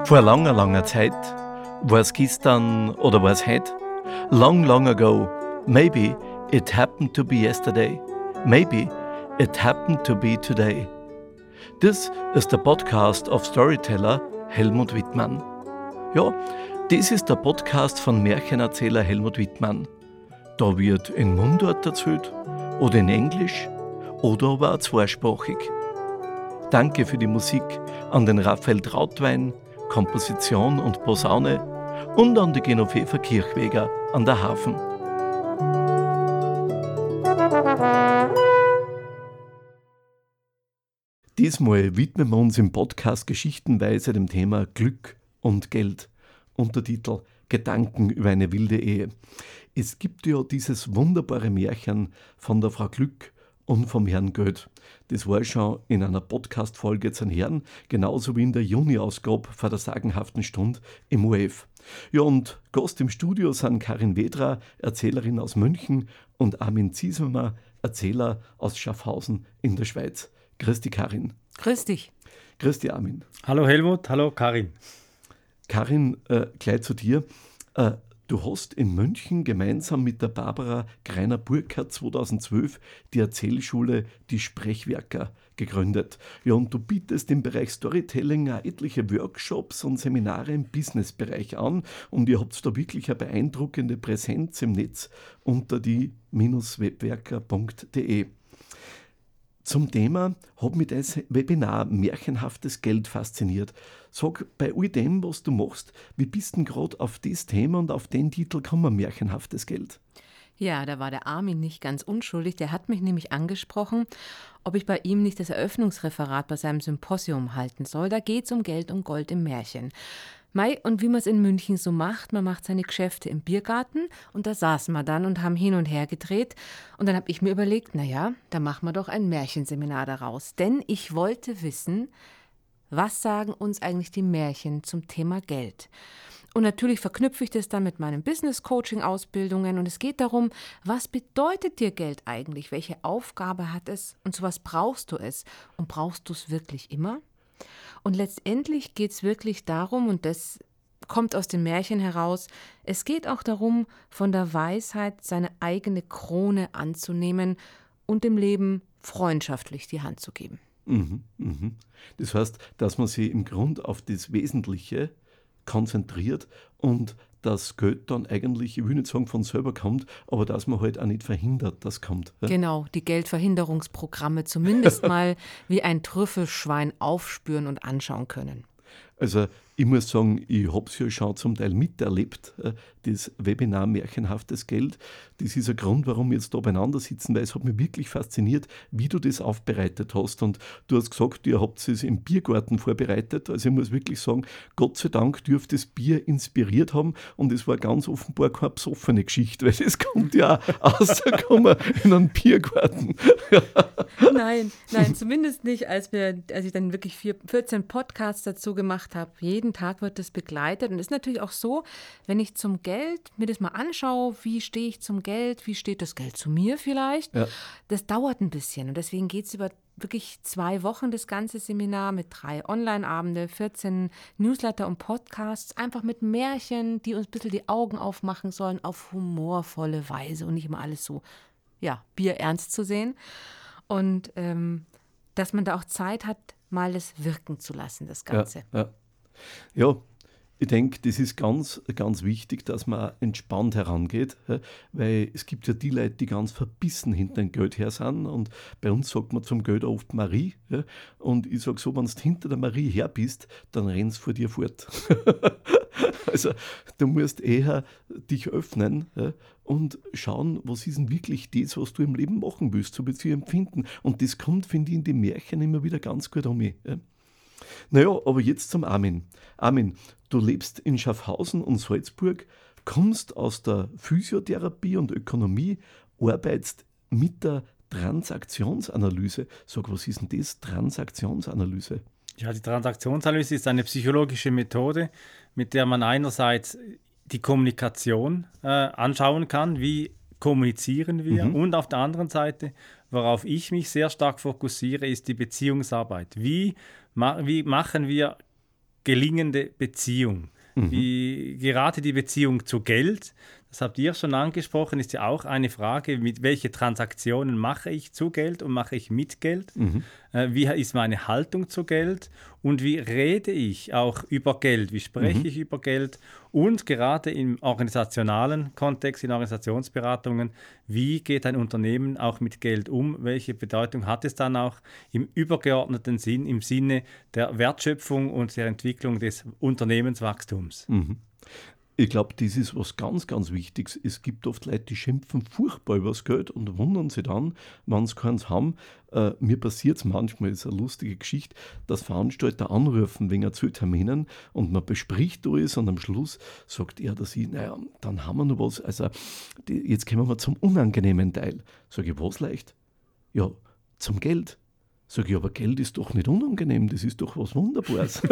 Vor langer, langer Zeit, war es gestern oder war es heute? Long, long ago, maybe it happened to be yesterday, maybe it happened to be today. Das ist der Podcast of Storyteller Helmut Wittmann. Ja, das ist der Podcast von Märchenerzähler Helmut Wittmann. Da wird in Mundart erzählt oder in Englisch oder aber auch zweisprachig. Danke für die Musik an den Raphael Trautwein, Komposition und Posaune und an die Genoveva Kirchweger an der Hafen. Diesmal widmen wir uns im Podcast geschichtenweise dem Thema Glück und Geld. Untertitel Gedanken über eine wilde Ehe. Es gibt ja dieses wunderbare Märchen von der Frau Glück und vom Herrn Geld. Das war schon in einer Podcast-Folge zu Herrn, genauso wie in der Juni-Ausgabe vor der sagenhaften Stunde im ORF. Ja, und Gast im Studio sind Karin Wedra, Erzählerin aus München, und Armin Ziesemer, Erzähler aus Schaffhausen in der Schweiz. Grüß dich, Karin. Grüß dich. Grüß dich, Armin. Hallo Helmut, hallo Karin. Karin, gleich zu dir. Du hast in München gemeinsam mit der Barbara Greiner-Burkhardt 2012 die Erzählschule Die Sprechwerker gegründet. Ja, und du bietest im Bereich Storytelling auch etliche Workshops und Seminare im Businessbereich an, und ihr habt da wirklich eine beeindruckende Präsenz im Netz unter die-webwerker.de. Zum Thema hat mich das Webinar Märchenhaftes Geld fasziniert. Sag, bei all dem, was du machst, wie bist du denn gerade auf das Thema und auf den Titel gekommen, Märchenhaftes Geld? Ja, da war der Armin nicht ganz unschuldig. Der hat mich nämlich angesprochen, ob ich bei ihm nicht das Eröffnungsreferat bei seinem Symposium halten soll. Da geht es um Geld und Gold im Märchen. Mei, und wie man es in München so macht, man macht seine Geschäfte im Biergarten, und da saßen wir dann und haben hin und her gedreht. Und dann habe ich mir überlegt, naja, da machen wir doch ein Märchenseminar daraus. Denn ich wollte wissen, was sagen uns eigentlich die Märchen zum Thema Geld? Und natürlich verknüpfe ich das dann mit meinen Business-Coaching-Ausbildungen, und es geht darum, was bedeutet dir Geld eigentlich? Welche Aufgabe hat es? Und zu was brauchst du es? Und brauchst du es wirklich immer? Und letztendlich geht es wirklich darum, und das kommt aus dem Märchen heraus, es geht auch darum, von der Weisheit seine eigene Krone anzunehmen und dem Leben freundschaftlich die Hand zu geben. Das heißt, dass man sich im Grunde auf das Wesentliche konzentriert und das Geld dann eigentlich, ich will nicht sagen von selber kommt, aber dass man halt auch nicht verhindert, dass es kommt. Ja? Genau, die Geldverhinderungsprogramme zumindest mal wie ein Trüffelschwein aufspüren und anschauen können. Also ich muss sagen, ich habe es ja schon zum Teil miterlebt, das Webinar Märchenhaftes Geld. Das ist ein Grund, warum wir jetzt da beieinander sitzen, weil es hat mich wirklich fasziniert, wie du das aufbereitet hast. Und du hast gesagt, ihr habt es im Biergarten vorbereitet. Also ich muss wirklich sagen, Gott sei Dank dürfte das Bier inspiriert haben, und es war ganz offenbar keine besoffene Geschichte, weil das kommt ja auch rausgekommen in einem Biergarten. Nein, zumindest nicht, als ich dann wirklich 14 Podcasts dazu gemacht habe. Jeden Tag wird das begleitet, und es ist natürlich auch so, wenn ich zum Geld mir das mal anschaue, wie stehe ich zum Geld, wie steht das Geld zu mir vielleicht, ja. Das dauert ein bisschen, und deswegen geht es über wirklich 2 Wochen, das ganze Seminar mit 3 Online-Abende, 14 Newsletter und Podcasts, einfach mit Märchen, die uns ein bisschen die Augen aufmachen sollen, auf humorvolle Weise und nicht immer alles so, ja, bierernst zu sehen. Und dass man da auch Zeit hat, mal das wirken zu lassen, das Ganze. Ja, ich denke, das ist ganz, ganz wichtig, dass man entspannt herangeht, weil es gibt ja die Leute, die ganz verbissen hinter dem Geld her sind, und bei uns sagt man zum Geld oft Marie, und ich sage so, wenn du hinter der Marie her bist, dann rennst du vor dir fort. Also du musst eher dich öffnen und schauen, was ist denn wirklich das, was du im Leben machen willst, so wie sie empfinden. Und das kommt, finde ich, in den Märchen immer wieder ganz gut um. Naja, aber jetzt zum Armin. Armin, du lebst in Schaffhausen und Salzburg, kommst aus der Physiotherapie und Ökonomie, arbeitest mit der Transaktionsanalyse. Sag, was ist denn das, Transaktionsanalyse? Ja, die Transaktionsanalyse ist eine psychologische Methode, mit der man einerseits die Kommunikation anschauen kann, wie kommunizieren wir, und auf der anderen Seite, worauf ich mich sehr stark fokussiere, ist die Beziehungsarbeit. Wie machen wir gelingende Beziehung. Wie gerade die Beziehung zu Geld, das habt ihr schon angesprochen, ist ja auch eine Frage, mit welche Transaktionen mache ich zu Geld und mache ich mit Geld? Wie ist meine Haltung zu Geld? Und wie rede ich auch über Geld? Wie spreche ich über Geld? Und gerade im organisationalen Kontext, in Organisationsberatungen, wie geht ein Unternehmen auch mit Geld um? Welche Bedeutung hat es dann auch im übergeordneten Sinn, im Sinne der Wertschöpfung und der Entwicklung des Unternehmenswachstums? Ich glaube, das ist was ganz, ganz Wichtiges. Es gibt oft Leute, die schimpfen furchtbar über das Geld und wundern sich dann, wenn sie keins haben. Mir passiert es manchmal, ist eine lustige Geschichte, dass Veranstalter anrufen wegen Terminen und man bespricht alles und am Schluss sagt er oder sie, naja, dann haben wir noch was. Also jetzt kommen wir zum unangenehmen Teil. Sage ich, was leicht? Ja, zum Geld. Sag ich, aber Geld ist doch nicht unangenehm, das ist doch was Wunderbares.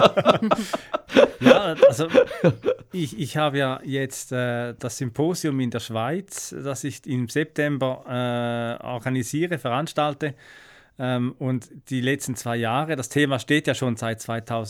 Ja, also ich habe ja jetzt das Symposium in der Schweiz, das ich im September organisiere, veranstalte. Und die letzten 2 Jahre, das Thema steht ja schon seit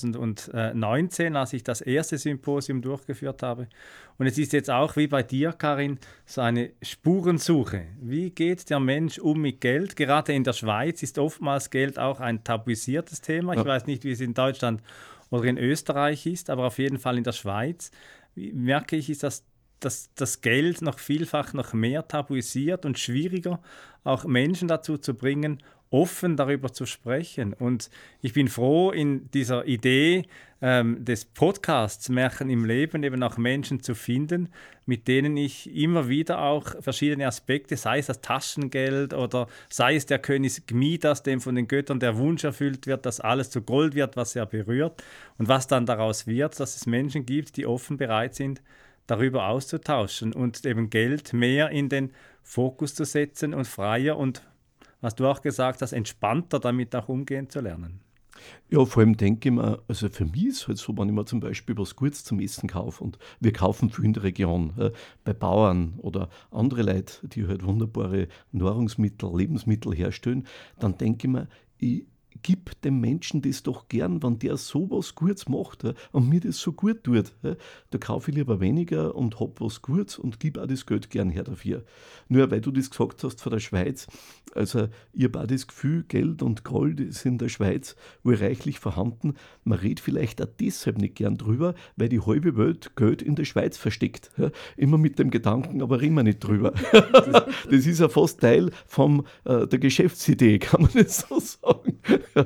2019, als ich das erste Symposium durchgeführt habe. Und es ist jetzt auch wie bei dir, Karin, so eine Spurensuche. Wie geht der Mensch um mit Geld? Gerade in der Schweiz ist oftmals Geld auch ein tabuisiertes Thema. Ich weiß nicht, wie es in Deutschland oder in Österreich ist, aber auf jeden Fall in der Schweiz merke ich, ist das Geld noch vielfach noch mehr tabuisiert und schwieriger, auch Menschen dazu zu bringen, offen darüber zu sprechen. Und ich bin froh, in dieser Idee des Podcasts Märchen im Leben eben auch Menschen zu finden, mit denen ich immer wieder auch verschiedene Aspekte, sei es das Taschengeld oder sei es der König Midas, dem von den Göttern der Wunsch erfüllt wird, dass alles zu Gold wird, was er berührt, und was dann daraus wird, dass es Menschen gibt, die offen bereit sind, darüber auszutauschen und eben Geld mehr in den Fokus zu setzen und freier und, was du auch gesagt hast, entspannter damit auch umgehen zu lernen. Ja, vor allem denke ich mir, also für mich ist es halt so, wenn ich mir zum Beispiel was Gutes zum Essen kaufe und wir kaufen viel in der Region, bei Bauern oder andere Leute, die halt wunderbare Nahrungsmittel, Lebensmittel herstellen, dann denke ich mir, ich gib dem Menschen das doch gern, wenn der so was Gutes macht und mir das so gut tut. Da kaufe ich lieber weniger und hab was Gutes und gib auch das Geld gern her dafür. Nur weil du das gesagt hast von der Schweiz, also ich habe auch das Gefühl, Geld und Gold ist in der Schweiz wohl reichlich vorhanden. Man redet vielleicht auch deshalb nicht gern drüber, weil die halbe Welt Geld in der Schweiz versteckt. Immer mit dem Gedanken, aber reden wir nicht drüber. Das ist ja fast Teil der Geschäftsidee, kann man das so sagen.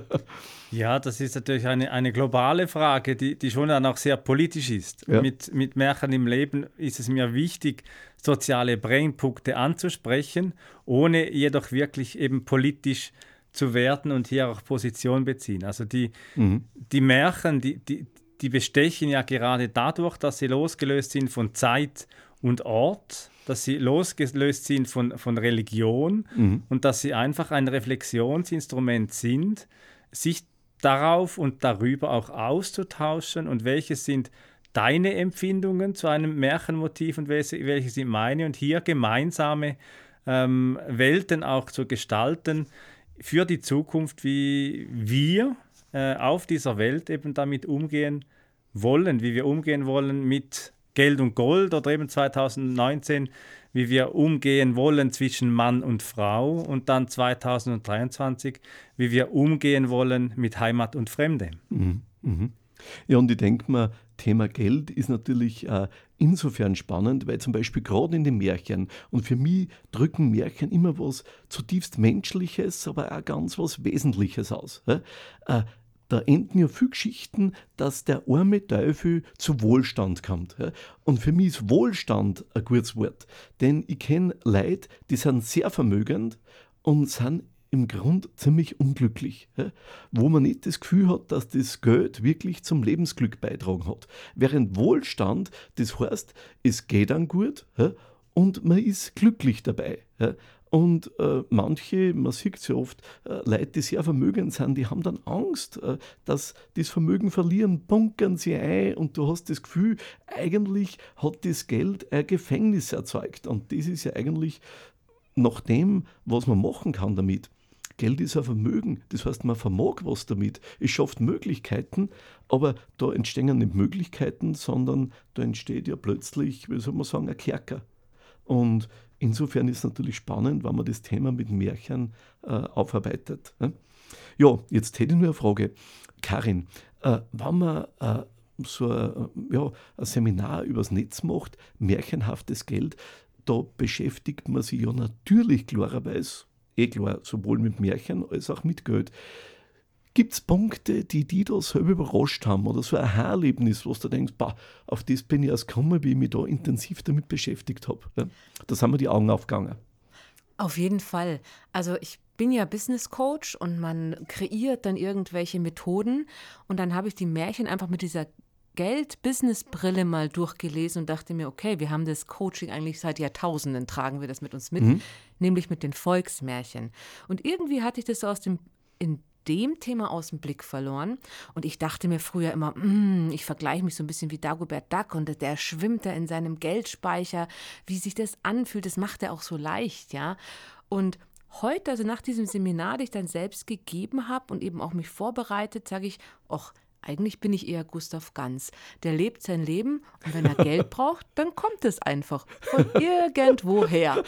Ja, das ist natürlich eine globale Frage, die schon dann auch sehr politisch ist. Ja. Mit Märchen im Leben ist es mir wichtig, soziale Brennpunkte anzusprechen, ohne jedoch wirklich eben politisch zu werden und hier auch Position beziehen. Also die Märchen, die bestechen ja gerade dadurch, dass sie losgelöst sind von Zeit und Ort, dass sie losgelöst sind von Religion und dass sie einfach ein Reflexionsinstrument sind, sich darauf und darüber auch auszutauschen und welche sind deine Empfindungen zu einem Märchenmotiv und welche sind meine und hier gemeinsame Welten auch zu gestalten für die Zukunft, wie wir auf dieser Welt eben damit umgehen wollen, wie wir umgehen wollen mit Geld und Gold oder eben 2019, wie wir umgehen wollen zwischen Mann und Frau und dann 2023, wie wir umgehen wollen mit Heimat und Fremde. Ja, und ich denke mir, Thema Geld ist natürlich insofern spannend, weil zum Beispiel gerade in den Märchen, und für mich drücken Märchen immer was zutiefst Menschliches, aber auch ganz was Wesentliches aus. Da enden ja viele Geschichten, dass der arme Teufel zu Wohlstand kommt. Und für mich ist Wohlstand ein gutes Wort. Denn ich kenne Leute, die sind sehr vermögend und sind im Grunde ziemlich unglücklich. Wo man nicht das Gefühl hat, dass das Geld wirklich zum Lebensglück beitragen hat. Während Wohlstand, das heißt, es geht einem gut und man ist glücklich dabei. Und manche, man sieht es ja oft, Leute, die sehr vermögend sind, die haben dann Angst, dass das Vermögen verlieren, bunkern sie ein und du hast das Gefühl, eigentlich hat das Geld ein Gefängnis erzeugt. Und das ist ja eigentlich nach dem, was man machen kann damit, Geld ist ein Vermögen, das heißt, man vermag was damit. Es schafft Möglichkeiten, aber da entstehen nicht Möglichkeiten, sondern da entsteht ja plötzlich, wie soll man sagen, ein Kerker. Und insofern ist es natürlich spannend, wenn man das Thema mit Märchen aufarbeitet. Ne? Ja, jetzt hätte ich nur eine Frage. Karin, wenn man ein Seminar übers Netz macht, märchenhaftes Geld, da beschäftigt man sich ja natürlich klarerweise, klar, sowohl mit Märchen als auch mit Geld. Gibt es Punkte, die da selber überrascht haben oder so ein Aha-Erlebnis, wo du denkst, auf das bin ich erst gekommen, wie ich mich da intensiv damit beschäftigt habe? Ja? Da sind mir die Augen aufgegangen. Auf jeden Fall. Also ich bin ja Business Coach und man kreiert dann irgendwelche Methoden und dann habe ich die Märchen einfach mit dieser Geld-Business-Brille mal durchgelesen und dachte mir, okay, wir haben das Coaching eigentlich seit Jahrtausenden, tragen wir das mit uns mit, nämlich mit den Volksmärchen. Und irgendwie hatte ich das so in dem Thema aus dem Blick verloren und ich dachte mir früher immer, ich vergleiche mich so ein bisschen wie Dagobert Duck und der schwimmt da in seinem Geldspeicher, wie sich das anfühlt, das macht er auch so leicht, ja. Und heute, also nach diesem Seminar, das ich dann selbst gegeben habe und eben auch mich vorbereitet, sage ich, eigentlich bin ich eher Gustav Ganz. Der lebt sein Leben und wenn er Geld braucht, dann kommt es einfach von irgendwoher.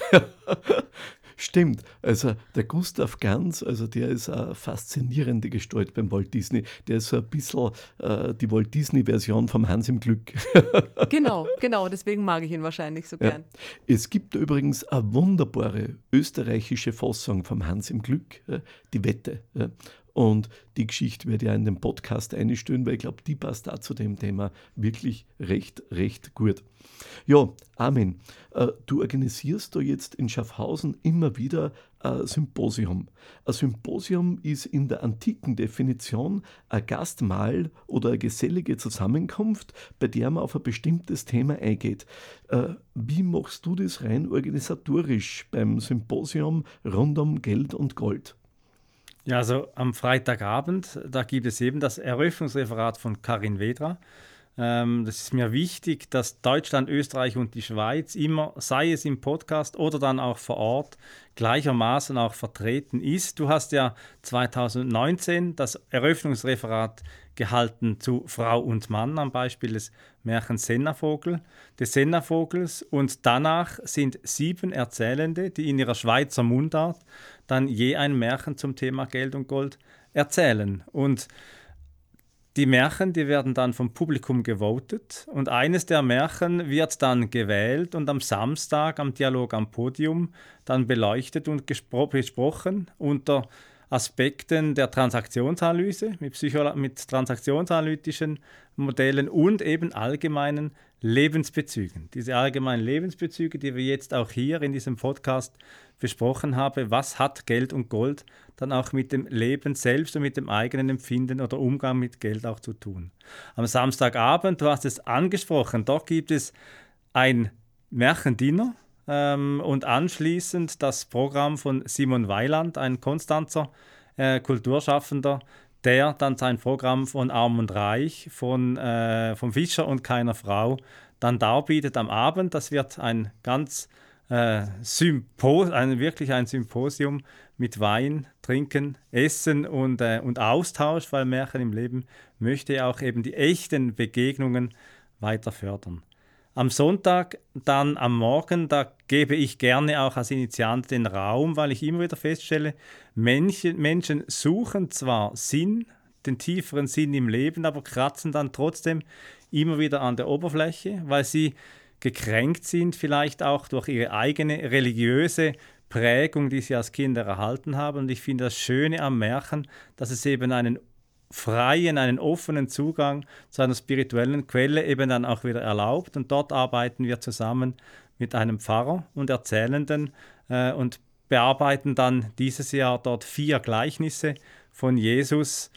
Stimmt, also der Gustav Ganz, also der ist eine faszinierende Gestalt beim Walt Disney. Der ist so ein bisschen die Walt Disney-Version vom Hans im Glück. Genau, deswegen mag ich ihn wahrscheinlich so gern. Ja. Es gibt übrigens eine wunderbare österreichische Fassung vom Hans im Glück, die Wette. Ja. Und die Geschichte werde ich auch in den Podcast einstellen, weil ich glaube, die passt da zu dem Thema wirklich recht gut. Ja, Armin, du organisierst da jetzt in Schaffhausen immer wieder ein Symposium. Ein Symposium ist in der antiken Definition ein Gastmahl oder eine gesellige Zusammenkunft, bei der man auf ein bestimmtes Thema eingeht. Wie machst du das rein organisatorisch beim Symposium rund um Geld und Gold? Ja, also am Freitagabend, da gibt es eben das Eröffnungsreferat von Karin Vedra. Das ist mir wichtig, dass Deutschland, Österreich und die Schweiz immer, sei es im Podcast oder dann auch vor Ort, gleichermaßen auch vertreten ist. Du hast ja 2019 das Eröffnungsreferat gehalten zu Frau und Mann am Beispiel des Märchens des Sennavogels und danach sind 7 Erzählende, die in ihrer Schweizer Mundart dann je ein Märchen zum Thema Geld und Gold erzählen. Und die Märchen, die werden dann vom Publikum gewotet und eines der Märchen wird dann gewählt und am Samstag am Dialog am Podium dann beleuchtet und besprochen unter Aspekten der Transaktionsanalyse, mit transaktionsanalytischen Modellen und eben allgemeinen Lebensbezügen. Diese allgemeinen Lebensbezüge, die wir jetzt auch hier in diesem Podcast besprochen haben, was hat Geld und Gold dann auch mit dem Leben selbst und mit dem eigenen Empfinden oder Umgang mit Geld auch zu tun. Am Samstagabend, du hast es angesprochen, dort gibt es ein Märchendinner, und anschließend das Programm von Simon Weiland, ein Konstanzer Kulturschaffender, der dann sein Programm von Arm und Reich, vom Fischer und keiner Frau dann darbietet am Abend. Das wird ein ganz wirklich ein Symposium mit Wein, Trinken, Essen und Austausch, weil Märchen im Leben möchte auch eben die echten Begegnungen weiter fördern. Am Sonntag, dann am Morgen, da gebe ich gerne auch als Initiant den Raum, weil ich immer wieder feststelle, Menschen suchen zwar Sinn, den tieferen Sinn im Leben, aber kratzen dann trotzdem immer wieder an der Oberfläche, weil sie gekränkt sind, vielleicht auch durch ihre eigene religiöse Prägung, die sie als Kinder erhalten haben. Und ich finde das Schöne am Märchen, dass es eben einen offenen Zugang zu einer spirituellen Quelle eben dann auch wieder erlaubt. Und dort arbeiten wir zusammen mit einem Pfarrer und Erzählenden und bearbeiten dann dieses Jahr dort 4 Gleichnisse von Jesus,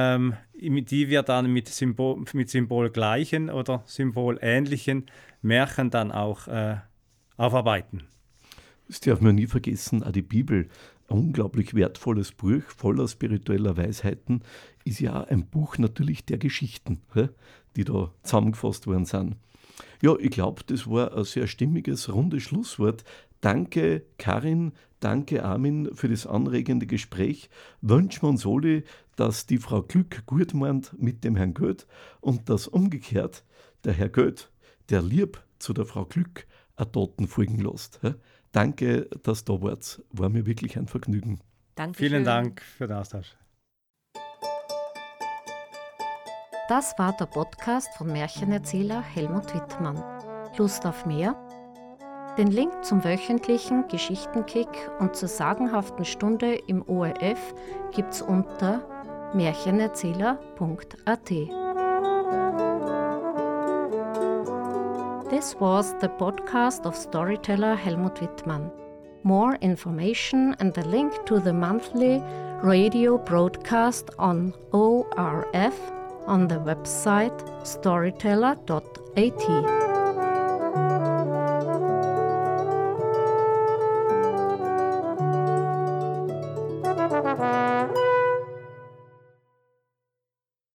die wir dann mit symbolgleichen oder symbolähnlichen Märchen dann auch aufarbeiten. Das darf man nie vergessen, auch die Bibel, ein unglaublich wertvolles Buch, voller spiritueller Weisheiten, ist ja auch ein Buch natürlich der Geschichten, die da zusammengefasst worden sind. Ja, ich glaube, das war ein sehr stimmiges, rundes Schlusswort. Danke Karin, danke Armin für das anregende Gespräch. Wünschen wir uns alle, dass die Frau Glück gut meint mit dem Herrn Goeth und dass umgekehrt der Herr Goeth, der lieb zu der Frau Glück, eine Taten folgen lässt. Danke, dass du da wart. War mir wirklich ein Vergnügen. Dankeschön. Vielen Dank für den Austausch. Das war der Podcast von Märchenerzähler Helmut Wittmann. Lust auf mehr? Den Link zum wöchentlichen Geschichtenkick und zur sagenhaften Stunde im ORF gibt's unter märchenerzähler.at. This was the podcast of storyteller Helmut Wittmann. More information and the link to the monthly radio broadcast on ORF on the website storyteller.at.